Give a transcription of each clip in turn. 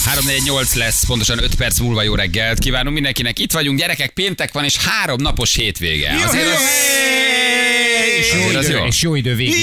3-4-8 lesz, pontosan 5 perc múlva jó reggelt. Kívánunk mindenkinek. Itt vagyunk, gyerekek, péntek van, és 3 napos hétvége. És jó idő végig.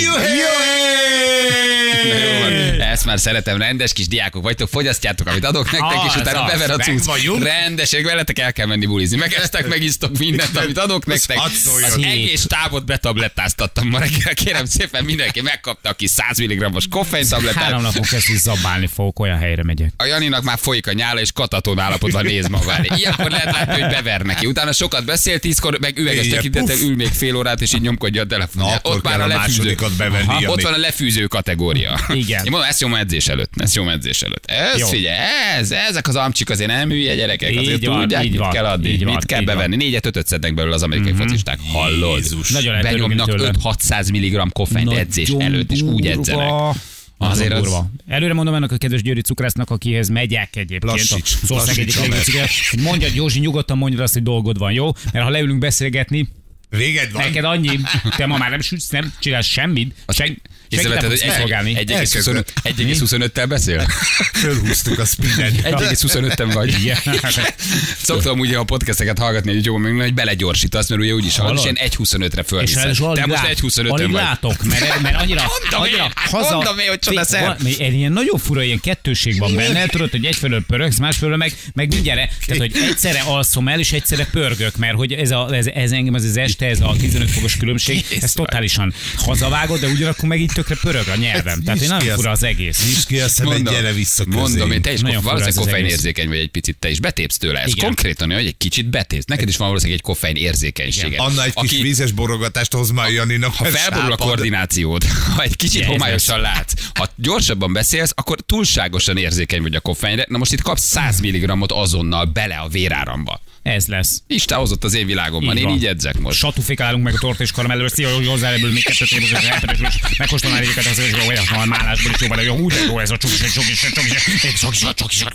Ezt már szeretem, rendes kis diákok vagytok, fogyasztjátok, amit adok nektek, és utána bever a cucc. Rendesek, veletek el kell menni bulizni. Megestek, megisztok mindent, amit adok nektek. Az egész távot betablettáztattam ma reggel. Kérem szépen, mindenki megkapta a kis 100 mg-os koffeintablettát. 3 napon kezdve zabálni fogok, olyan helyre megyek. A Janinak már folyik a nyála, és kataton állapotban néz magát. Ilyenkor lehet látni, hogy bever neki. Utána sokat beszél, 10-kor meg üveges tekintettel ül még fél órát, és így nyomkodja a telefonját. Ott már a lefűzőkat bevenni. Ott van a lefűző kategória. Igen. Én mondom, ezt jó edzés előtt. Ez figyelj, ezek az amcsik azért nem hülye gyerekek, azért tudják, mit kell adni, mit kell bevenni. 4-5-öt szednek belőle az amerikai focisták. Hallod? Benyomnak 5-600 mg koffeint edzés előtt, és úgy edzenek. Azért az... Előre mondom ennek a kedves Győri cukrásznak, akihez megyek egyébként. Az ország egyik legnagyobb, hogy mondjad, Józsi, nyugodtan mondjad azt, hogy dolgod van, jó? Mert ha leülünk beszélgetni, véged van. Neked annyi, te ma már nem sütsz, nem csinálsz semmit. Észrevetted, hogy 1,25-tel beszél? Fölhúztuk a spinnet. 1,25-en vagy. Szoktam úgy a podcasteket hallgatni, hogy jó, hogy belegyorsítasz, mert ugye úgyis hallod, és ilyen 1,25-re fölviszed. Te most 1,25-ön vagy. Látok, mert annyira haza... Mondom én, hogy csoda szer. Ilyen nagyon fura, ilyen kettőség van benne, tudod, hogy egyfelől pörögsz, másfelől meg mindjárt, tehát hogy egyszerre alszom el, és egyszerre pörgök, mert hogy ez engem az este, ez a 15 fokos különbség, ez totálisan hazavágod, de ugyanakkor meg így tökre pörög a nyelvem. Tehát én nagyon fura az egész. Nyisd ki a szemed, gyere vissza közé. Mondom, én te is valószínűleg koffein érzékeny vagy egy picit, te is betépsz tőle. Ez konkrétan olyan, hogy egy kicsit betépsz. Neked is van valószínűleg egy koffein érzékenységed. Anna egy kis vízes borogatást hoz már Janinak. Ha felborul a koordinációd, ha egy kicsit homályosan látsz, ha gyorsabban beszélsz, akkor túlságosan érzékeny vagy a koffeinre. Na most itt kapsz 100 mg-ot azonnal bele a véráramba. Ez lesz. Isten hozott az én világomban, én így edzek most. Satufékálunk meg a torta és karamellről, szia, hogy hozzá ebből még 2 éves, megkóstolnál egyébként az ősből, olyan a málásból is jó van, hogy úgy jó ez a csokis.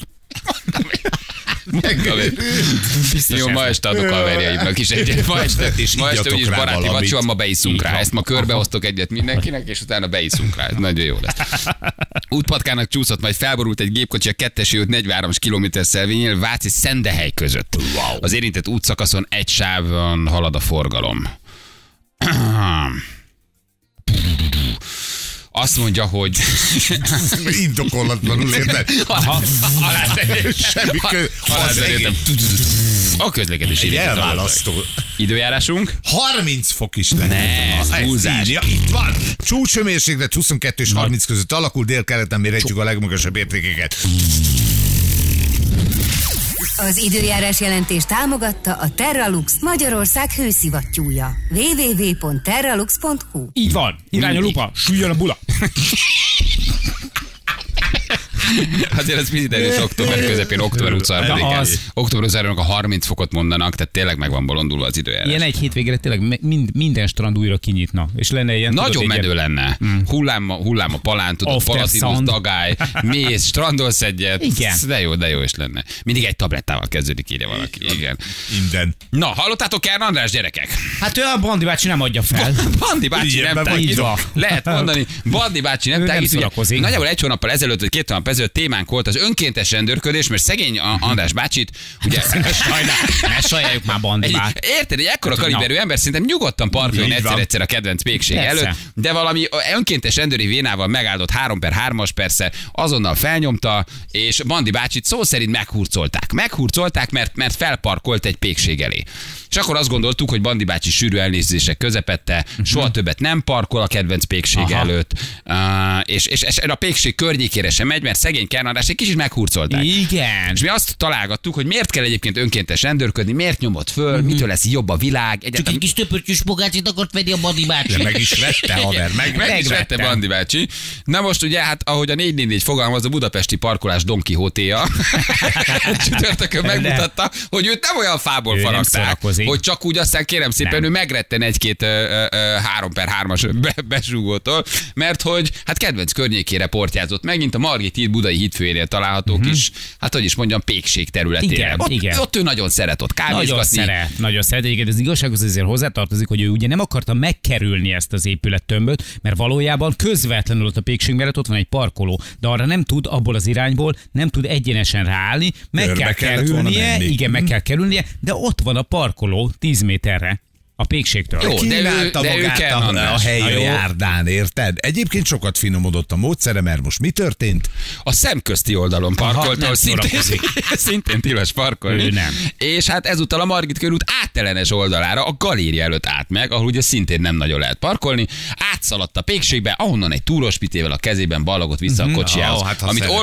Jó, ma este adok haverjaimnak is egyet. Ma este úgyis baráti vacsó, ma beiszunk rá. Ezt ma körbeosztok egyet mindenkinek, és utána beiszunk rá. Ez nagyon jó lesz. Útpatkának csúszott, majd felborult egy gépkocsi a 2-es 43 km/h Váci és Szendehely között. Az érintett útszakaszon egy sávon halad a forgalom. Azt mondja, hogy... Indokolatlanul érted? Semmi a közlekedés elválasztó. Időjárásunk? 30 fok is lehet. Ne, túlzás. Itt van. Csúcshőmérséklet 22 és 30 között alakul, délkeleten mérhetjük a legmagasabb értékeket. Az időjárás jelentés támogatta a Terralux Magyarország hőszivattyúja. www.terralux.hu. Így van. Irány a lupa, süljön a bula. Azért ez picit erős október közepén, október 23-án. Október 23-án a 30 fokot mondanak, tehát tényleg meg van bolondulva az időjárás. Ilyen egy hétvégére tényleg minden strand újra kinyitna. És lenne ilyen... Nagyon menő lenne. Hullám a palán, tudod, Palatinus, dagály, mész, strandolsz egyet. Igen. De jó is lenne. Mindig egy tablettával kezdődik, írja valaki. Igen. Minden. Na, hallottátok Kern András, gyerekek? Hát ő a Bandi bácsi nem adja fel. Bandi bácsi nem tágít. Lehet mondani, Bandi bácsi nem tágít. Nagyjából 1 hónappal ezelőtt, vagy 2 hónappal ezelőtt témánk volt az önkéntes rendőrködés, mert szegény András bácsit, ugye... Ne sajnáljuk már Bandi bácsit. Érted, egy ekkora kaliberű ember szerintem nyugodtan parkoljon egyszer a kedvenc pékség előtt, de valami önkéntes rendőri vénával megáldott 3/3-as persze, azonnal felnyomta, és Bandi bácsit szó szerint meghurcolták, mert felparkolt egy pékség elé. És akkor azt gondoltuk, hogy Bandi bácsi sűrű elnézések közepette, soha többet nem parkol a kedvenc pékség előtt, és a pékség környékére sem megy, mert szegény Kern András egy kicsit meghurcolták. Igen. És mi azt találgattuk, hogy miért kell egyébként önkéntes rendőrködni, miért nyomott föl, mitől lesz jobb a világ. Csak egy kis töpörtyűs pogácsit akart venni a Bandi bácsi. Meg is vette, haver, meg is vette Bandi bácsi. Na most ugye, hát ahogy a 444 fogalmaz, a budapesti parkolás Don Quixote-ja csütörtökön megmutatta, hogy őt nem olyan fából faragták, az ég. hogy csak úgy aztán kérem szépen Nem. ő megretten egy-két 3x3-as besúgótól, mert hogy hát kedvenc környékére portyázott megint a Margit híd budai hídfőjénél található kis, hát hogy is mondjam, pékség területére. Igen, ott, igen. ott ő nagyon szeret ott Nagyon kávézgatni. szeret. Egyébként az igazsághoz azért hozzátartozik, hogy ő ugye nem akarta megkerülni ezt az épülettömböt, mert valójában közvetlenül ott a pékség mellett ott van egy parkoló, de arra nem tud abból az irányból, nem tud egyenesen ráállni, meg Körbe kell kellett volna kerülnie, menni. igen, meg kell kerülnie, de ott van a parkoló 10 méterre a pékségtől. Jó, Kínálta de ő magát kell a András. helyi Na jó. járdán, érted? Egyébként sokat finomodott a módszere, mert most mi történt? A szemközti oldalon parkolt, nem ahol szintén, szórakozik. szintén tilos parkolni. Ő nem. És hát ezúttal a Margit körút átelenes oldalára, a galéria előtt állt meg, ahol ugye szintén nem nagyon lehet parkolni. Átszaladt a pékségbe, ahonnan egy túrospitével a kezében ballagott vissza a kocsiához. Hát, ha amit szeret.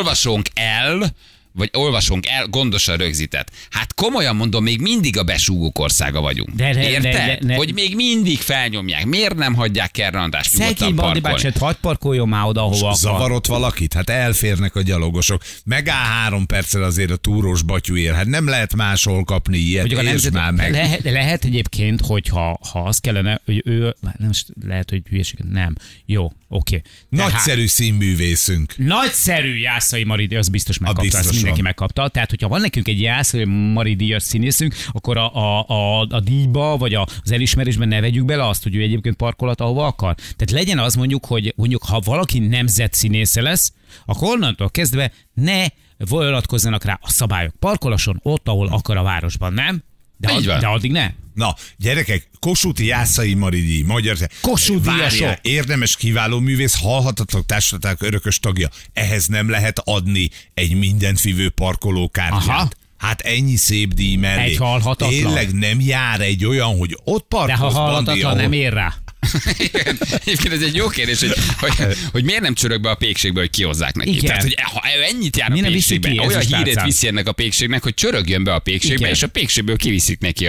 olvasunk el, gondosan rögzített. Hát komolyan mondom, még mindig a besúgók országa vagyunk. Érted? Hogy még mindig felnyomják. Miért nem hagyják Kern Andrást Szegény nyugodtan Bandi parkolni? bácsi, hadd parkoljon már oda, ahova akar. Zavarott valakit? Hát elférnek a gyalogosok. Megáll 3 perccel azért a túrós batyúért. Hát nem lehet máshol kapni ilyet. Mondjuk a Értsd nemzet, már meg. lehet egyébként, hogyha az kellene, hogy ő, nem, lehet, hogy hülyeség, nem. Jó, oké. Nagyszerű színművészünk. Nagyszerű Jászai Mari, az biztos megkapta, biztos azt mindenki van. megkapta. Tehát, hogyha van nekünk egy Jászai Mari díjas színészünk, akkor a díjba, vagy az elismerésben ne vegyük bele azt, hogy ő egyébként parkolhat, ahova akar. Tehát legyen az mondjuk, ha valaki nemzetszínésze lesz, akkor onnantól kezdve ne vonatkozzanak rá a szabályok. Parkolasson ott, ahol akar a városban, nem? Így van. De addig ne. Na, gyerekek, Kossuth Jászai Mari díj, magyar... Kossuth díjasok. Várjál, érdemes, kiváló művész, halhatatlan társadalmak örökös tagja. Ehhez nem lehet adni egy mindenfivő parkolókártyát. Aha. Hát ennyi szép díj mellé. Egy halhatatlan. Tényleg nem jár egy olyan, hogy ott De ha parkolsz, Bandi, halhatatlan, ahol... nem ér rá. Igen. Egyébként ez egy jó kérdés, hogy miért nem csörög be a pékségbe, hogy kihozzák neki. Igen. Tehát, hogy ha ő ennyit jár a Mi nem viszi pékségbe, ki olyan ezüst hírét tálcán? viszi ennek a pékségnek, hogy csörögjön be a pékségbe, Igen. és a pékségből kiviszik neki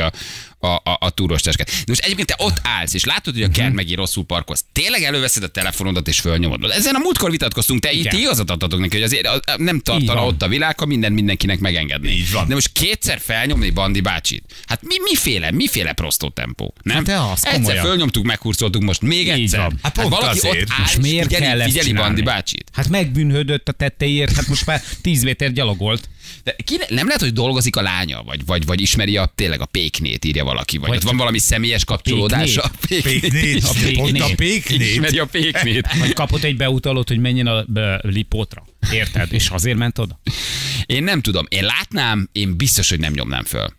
a túros teskát. De most egyébként te ott állsz, és látod, hogy a kert megint rosszul parkolsz. Tényleg előveszed a telefonodat és fölnyomod. Ezen a múltkor vitatkoztunk, te itt igazat adtatok neki, hogy azért nem tartana ott a világ, ha mindenkinek megengedni. Így van. De most kétszer felnyomni Bandi bácsit. Hát miféle prostó tempó, nem? Hát de az, egyszer komolyan. fölnyomtuk, meghurcoltuk, most még Így egyszer. van. Hát pont valaki azért. ott áll, Most és miért kell ezt figyeli csinálni? Bandi bácsit. Hát megbűnhődött a tetteiért, hát most már 10 méter gyalogolt. De nem lehet, hogy dolgozik a lánya, vagy ismeri tényleg a péknét, írja valaki, vagy ott van valami személyes kapcsolódása. A Péknét, pont a péknét. Ismeri a péknét. Vagy kapott egy beutalót, hogy menjen a Lipótra. Érted? És azért ment oda? Én nem tudom. Én látnám, én biztos, hogy nem nyomnám föl.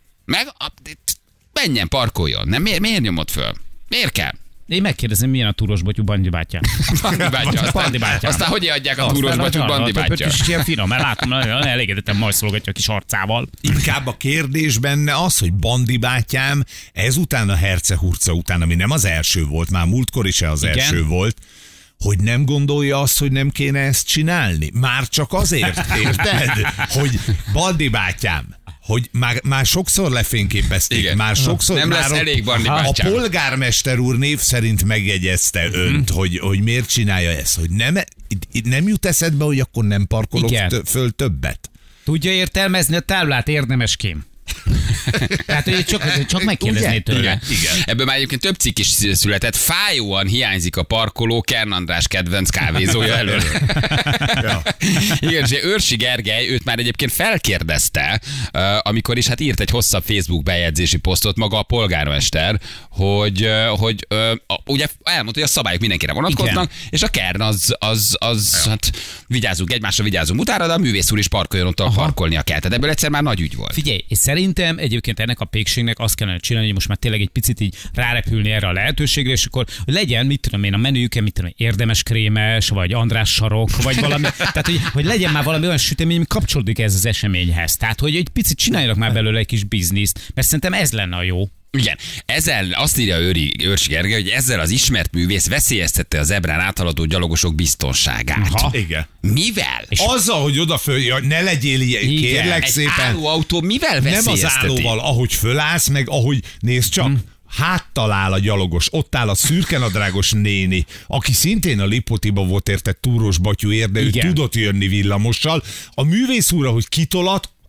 Menjen, parkoljon. Nem, miért nyomod föl? Miért kell? Én megkérdezem, milyen a túros batyú Bandi bátyám. Bandi bátya. Bandi bátyám. Aztán hogy adják a túros batyút Bandi bátya? És ilyen finom, mert látom, nagyon elégedetten majszolgatja a kis arcával. Inkább a kérdés benne az, hogy Bandi bátyám ezután a Hercehurca után, ami nem az első volt, már múltkor is az Igen. első volt, hogy nem gondolja azt, hogy nem kéne ezt csinálni. Már csak azért, érted? Hogy Bandi bátyám, hogy már sokszor lefényképezték, Igen. már sokszor... Nem lesz már elég Bandi a bátyám. polgármester úr név szerint megjegyezte önt, hogy miért csinálja ezt, hogy nem jut eszedbe, hogy akkor nem parkolok Igen. föl többet. Tudja értelmezni a táblát, érdemeském. Tehát, hogy csak megkérdezné tőle. Igen. Ebből már egyébként több cikk is született. Fájóan hiányzik a parkoló Kern András kedvenc kávézója elől. Ja. Igen, és Őrsi Gergely őt már egyébként felkérdezte, amikor is hát írt egy hosszabb Facebook bejegyzési posztot maga a polgármester, hogy ugye elmondta, hogy a szabályok mindenkire vonatkoznak, és a Kern az hát vigyázzunk egymásra, vigyázzunk utána, de a művész úr is parkoljon ott, parkolnia kell. Tehát ebből egyszer már nagy ügy volt. Figyelj, és szerintem egyébként ennek a pékségnek azt kellene csinálni, hogy most már tényleg egy picit így rárepülni erre a lehetőségre, és akkor legyen, mit tudom én, a menüjüken, mit tudom én, érdemes krémes, vagy András sarok, vagy valami. Tehát, hogy legyen már valami olyan sütemény, ami kapcsolódik ez az eseményhez. Tehát, hogy egy picit csináljanak már belőle egy kis bizniszt, mert szerintem ez lenne a jó. Igen, ezzel azt írja Őrsi Gergely, hogy ezzel az ismert művész veszélyeztette az ebrán áthaladó gyalogosok biztonságát. Aha. Igen. Mivel? Azzal, hogy odaföl, ne legyél ilyen, Igen. kérlek Egy szépen. állóautó mivel Nem az veszélyezteti? állóval, ahogy fölállsz, meg ahogy nézd csak. Háttal áll a gyalogos, ott áll a szürkenadrágos néni, aki szintén a Lipotiba volt érte túros batyúért, de ő Igen. tudott jönni villamossal. A művész úr, hogy kitolat,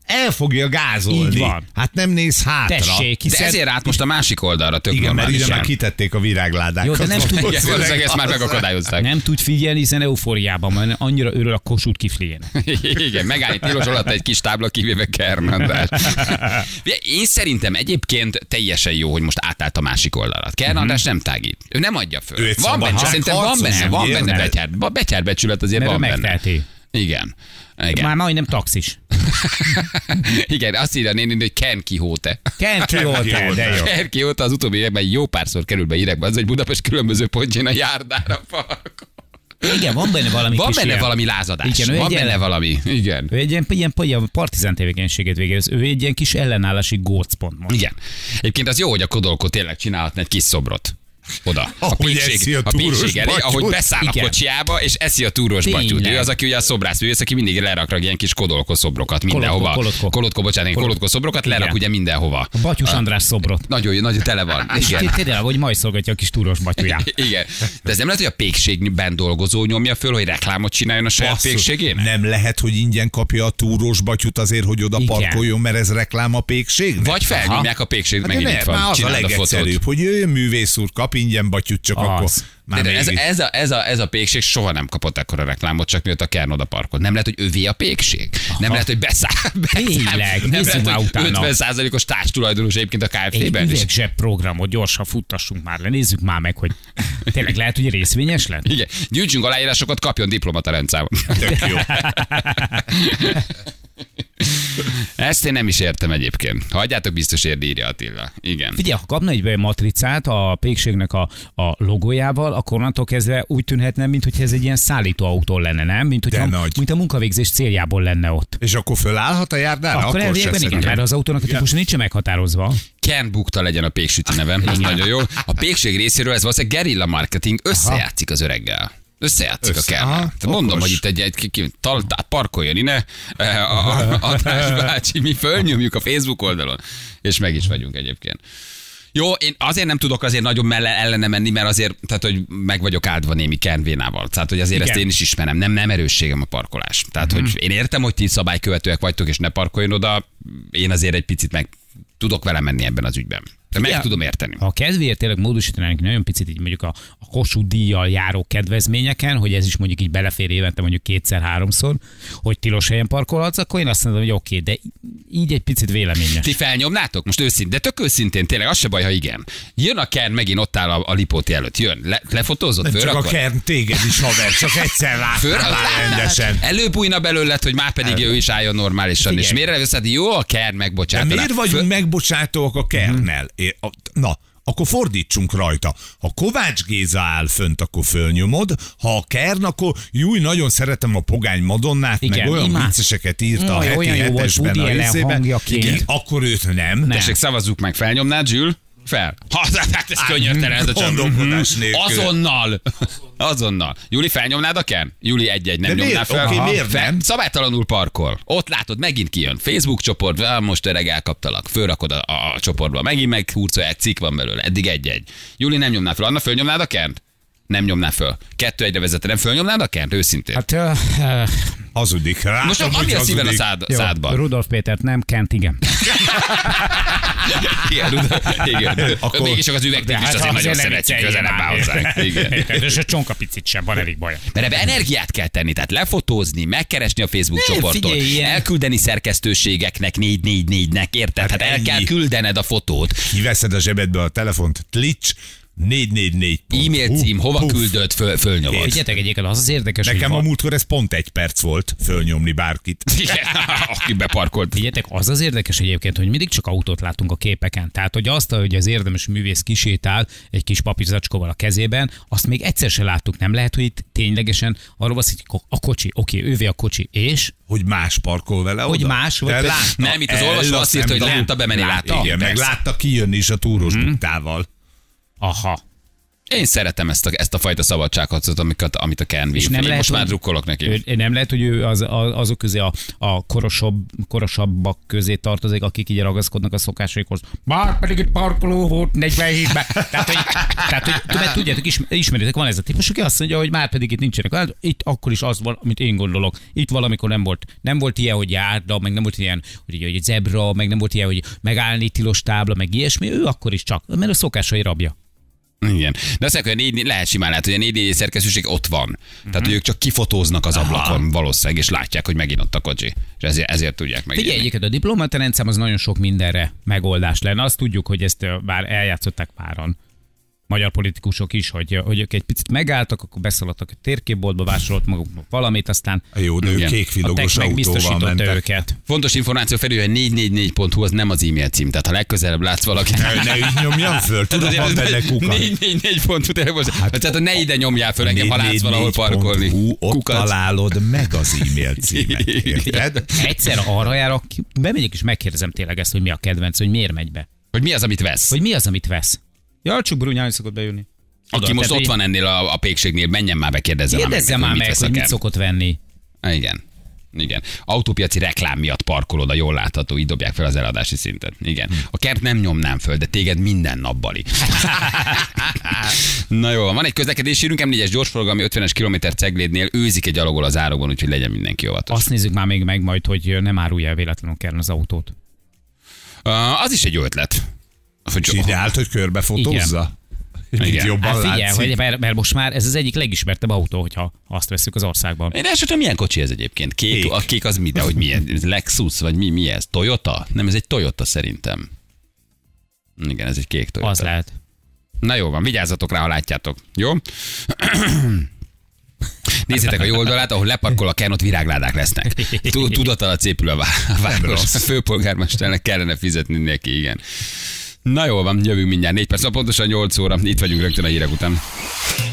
el fogja gázolni. Így van. Hát nem néz hátra. Tessék, De ezért át most a másik oldalra, tök Igen, mert ide normálisan. már kitették a virágládákat. Jó, de nem tud- Igen, valószínűleg ezt már megakadályozták. Nem tud figyelni, hiszen eufóriában van, annyira örül a Kossuth Kiflién. Igen, megállni tilos alatt egy kis tábla, kivéve Kern András. Én szerintem egyébként teljesen jó, hogy most átállt a másik oldalra. Kern András nem tágít. Ő nem adja föl. Ő egy Van benne, szabad szerintem van harcos, benne, nem van benne érted? betyárbecsület azért Mert ő van benne. megteheti. Igen. Igen. Már majdnem taxis. Igen, azt írja a néni, hogy Ken Quixote. Ken Quixote, de jó. Ken Quixote az utóbbi években jó párszor kerül be hírekbe, az, hogy Budapest különböző pontjén a járdára parkol. Igen, van benne valami Van kis benne ilyen. valami lázadás. Igen, ő Van egy benne ilyen- valami. Igen. Ő egy ilyen partizán tevékenységet végez. Ő egy ilyen kis ellenállási gócpont most. Igen. Egyébként az jó, hogy a Kodolko tényleg csinálhatna egy kis szobrot. Oda. Ahogy eszi a túros pékség elé, batyút. ahogy beszáll a Igen. kocsiába, és eszi a túros Tényleg. batyút. Ő az, aki ugye a szobrászművész, aki mindig lerak ilyen kis Kodolko szobrokat mindenhova. Kolotko szobrokat lerak Igen. ugye mindenhova. A Batyus András szobrot. Nagyon tele van. És Igen. tényleg, hogy majszolgatja a kis túros batyuját. Igen. De ez nem lehet, hogy a pékségben dolgozó nyomja föl, hogy reklámot csináljon a saját Basszus, pékségén? nem lehet, hogy ingyen kapja a túrós batyut azért, hogy oda Igen. parkoljon, mert ez reklám a pékségnek. Vagy felnyomják a pékséget, Hát de megint ne, itt van, már az a csináld a fotót. legegyszerűbb, hogy jöjjön művész úr, kap ingyen batyut, csak Az. akkor már De mégis. ez a pékség soha nem kapott ekkora reklámot, csak miatt a Kern oda parkolt. Nem lehet, hogy övé a pékség. Nem lehet, hogy beszáll. Tényleg, nem nézzük lehet, már hogy utána. 50%-os társtulajdonos egyébként a Egy KFT-ben. üvegzseb programot gyorsan futtassunk már le, nézzük már meg, hogy tényleg lehet, hogy részvényes lett? Igen, gyűjtsünk aláírásokat, kapjon diplomata rendszámot. Tök jó. Ezt én nem is értem egyébként. Hagyjátok, biztos érdi, írja Attila. Igen. Figyelj, ha kapna egy matricát a pékségnek a logójával, akkor onnantól kezdve úgy tűnhetne, mintha ez egy ilyen szállítóautó lenne, nem? De nagy. Mint a munkavégzés céljából lenne ott. És akkor fölállhat a járdára? Akkor elviekben igen, mert az autónak a típus nincs meghatározva. Ken Bukta legyen a péksüti nevem. Ez nagyon jó. A pékség részéről ez valószínűleg gerilla marketing, összejátszik az öreggel. Összejátszik a Ken. Aha, Mondom, okos. hogy itt egy parkoljon ide, András bácsi, mi fölnyomjuk a Facebook oldalon, és meg is vagyunk egyébként. Jó, én azért nem tudok azért nagyon ellene menni, mert azért, tehát, hogy meg vagyok áldva némi Kernvénával. Tehát, hogy azért Igen. ezt én is ismerem. Nem erősségem a parkolás. Tehát, hogy én értem, hogy ti szabálykövetőek vagytok, és ne parkoljon oda. Én azért egy picit meg tudok vele menni ebben az ügyben. De meg Ja. tudom érteni. Ha a kedvéért tényleg módosítanánk nagyon picit így mondjuk a Kossuth díjjal járó kedvezményeken, hogy ez is mondjuk így belefér évente mondjuk 2-3-szor, hogy tilos helyen parkolhatsz, akkor én azt mondom, hogy oké, de így egy picit véleményes. Ti felnyomnátok? Most őszintén, de tök őszintén, tényleg az se baj, ha igen. Jön a Kern, megint ott áll a Lipóti előtt. Jön, lefotózott, Nem csak a fölrakod? Kern téged is, haver, csak egyszer láttál már rendesen. Előbújna belőled, hogy már pedig ő is álljon normálisan. És miért leveszed? Jó, a Kern De megbocsátaná. miért vagyunk megbocsátóak a Kernnel? Na, akkor fordítsunk rajta. Ha Kovács Géza áll fönt, akkor fölnyomod, ha a Kern, akkor júj, nagyon szeretem a Pogány Madonnát, Igen, meg olyan imádom. vicceseket írta a Olyan heti jó volt hetesben Woody a Allen részében. hangjaként. Igen, akkor őt nem. Tessék, szavazzuk meg, felnyomnád, Zsül? Fel. Hát ez könyörtelen, ez a csomó. Gondolkodás nélkül. Azonnal. Júli, felnyomnád a Ken? Júli 1-1, nem De nyomná miért? fel. Oké, Aha. miért nem? Szabálytalanul parkol. Ott látod, megint kijön. Facebook csoport, most öreg elkaptalak. Fölrakod a csoportba. Megint meghurcolják, cikk van belőle. Eddig 1-1. Júli, nem nyomná fel. Anna, fölnyomnád a Kent? Nem nyomná föl. 2-1-re vezette, nem fölnyomnád a Kent? Őszintén. Hát, Hazudik rá. Most ami a szíven a jó, szádban. Rudolf Pétert nem, Kent igen. Igen. Akkor- Mégis csak az üvegtét is azért nagyon szeretjük, közelebb áll hozzánk. Igen. És a csonkapicit sem, van elég baj. Mert ebbe energiát kell tenni, tehát lefotózni, megkeresni a Facebook Nem, csoportot, figyelj, ilyen. elküldeni szerkesztőségeknek, 444-nek, érted? Hát el ennyi. kell küldened a fotót. Kiveszed a zsebedbe a telefont, Twitch 444. E-mail cím, hova küldöd, fölnyomod. Figyeljetek, egyébként az az érdekes, Nekem a hogy múltkor ez pont 1 perc volt fölnyomni bárkit. Igen, aki beparkolt. Figyeljetek, az az érdekes egyébként, hogy mindig csak autót látunk a képeken. Tehát, hogy azt, hogy az érdemes művész kisétál egy kis papírzacskóval a kezében, azt még egyszer se láttuk. Nem lehet, hogy itt ténylegesen arról van, hogy a kocsi, oké, ővé a kocsi, és Hogy más parkol vele Hogy oda? más, vagy De pedig- látta Nem, itt az el olvasó a azt írta, hogy szemben. látta bemenni, látta. Igen, meg Persze. látta kijönni is a túros buktával. aha. Én szeretem ezt a fajta szabadságharcot, amit a Ken És Wilfred. Most már drukkolok neki. Nem lehet, hogy ő azok közé a korosabbak közé tartozik, akik így ragaszkodnak a szokásaikhoz. Már pedig itt parkoló volt 47-ben. Tehát, hogy tudjátok, ismeritek, van ez a típus, aki azt mondja, hogy már pedig itt nincsenek. Hát, itt akkor is az van, amit én gondolok. Itt valamikor nem volt ilyen, hogy járda, meg nem volt ilyen, hogy zebra, meg nem volt ilyen, hogy megállni tilos tábla, meg ilyesmi. Ő akkor is csak, mert a szokásai rabja. Igen. De azt mondják, hogy lehet simán lehet, hogy a 4 szerkesztőség ott van. Tehát, hogy ők csak kifotóznak az ablakon valószínűleg, és látják, hogy megint ott a kocsi. És ezért tudják meg. Figyelj, egyébként a diplomaterendszám az nagyon sok mindenre megoldás lenne. Azt tudjuk, hogy ezt már eljátszották páran. Magyar politikusok is, hogy ők egy picit megálltak, akkor beszaladtak a térképboltba, vásárolt maguknak valamit, aztán jó, de ők kékvilogos autóval mentek. Őket. Fontos információ felül, hogy 444.hu az nem az e-mail cím, tehát ha legközelebb látsz valakit. Ne így nyomjam föl, tudom, van benne kukac. 444.hu, tehát ne ide nyomjál föl engem, ha látsz valahol parkolni. Ott találod meg az e-mail címet, érted? Egyszer arra járok, bemegyek és megkérdezem tényleg ezt, hogy mi a kedvenc, hogy miért megy be. Hogy mi az, amit vesz? Ja, csak Brunyán szokott bejönni. Aki most ott van ennél a pékségnél, menjen már be, kérdezze már meg, hogy mit szokott venni. Igen. Autópiaci reklám miatt parkolod, a jól látható, így dobják fel az eladási szintet. Igen. A Kert nem nyomnám föl, de téged minden nap, Bali. Na jó, van egy közlekedési ürünk, M4-es gyorsforgalmi 50-es kilométer Ceglédnél őzik egy gyalogol az árokban, úgyhogy legyen mindenki óvatos. Azt nézzük már még meg majd, hogy nem árulja el véletlenül Kern az autót. Az is egy jó ötlet. Csinált, hogy körbefotózza? Igen. Jobban figyelj, mert most már ez az egyik legismertebb autó, hogyha azt vesszük az országban. Én elsőt milyen kocsi ez egyébként? Kék. A kék az mi? De hogy milyen? Lexus, vagy mi ez? Toyota? Nem, ez egy Toyota szerintem. Igen, ez egy kék Toyota. Az lehet. Na jó van, vigyázzatok rá, ha látjátok. Jó? Nézzétek a jó oldalát, ahol leparkol a Kern, ott virágládák lesznek. Tudatalat szépül a város. A főpolgármesternek kellene fizetni neki, igen. Na jó van, jövünk mindjárt 4 perc, pontosan 8 óra. Itt vagyunk rögtön a hírek után.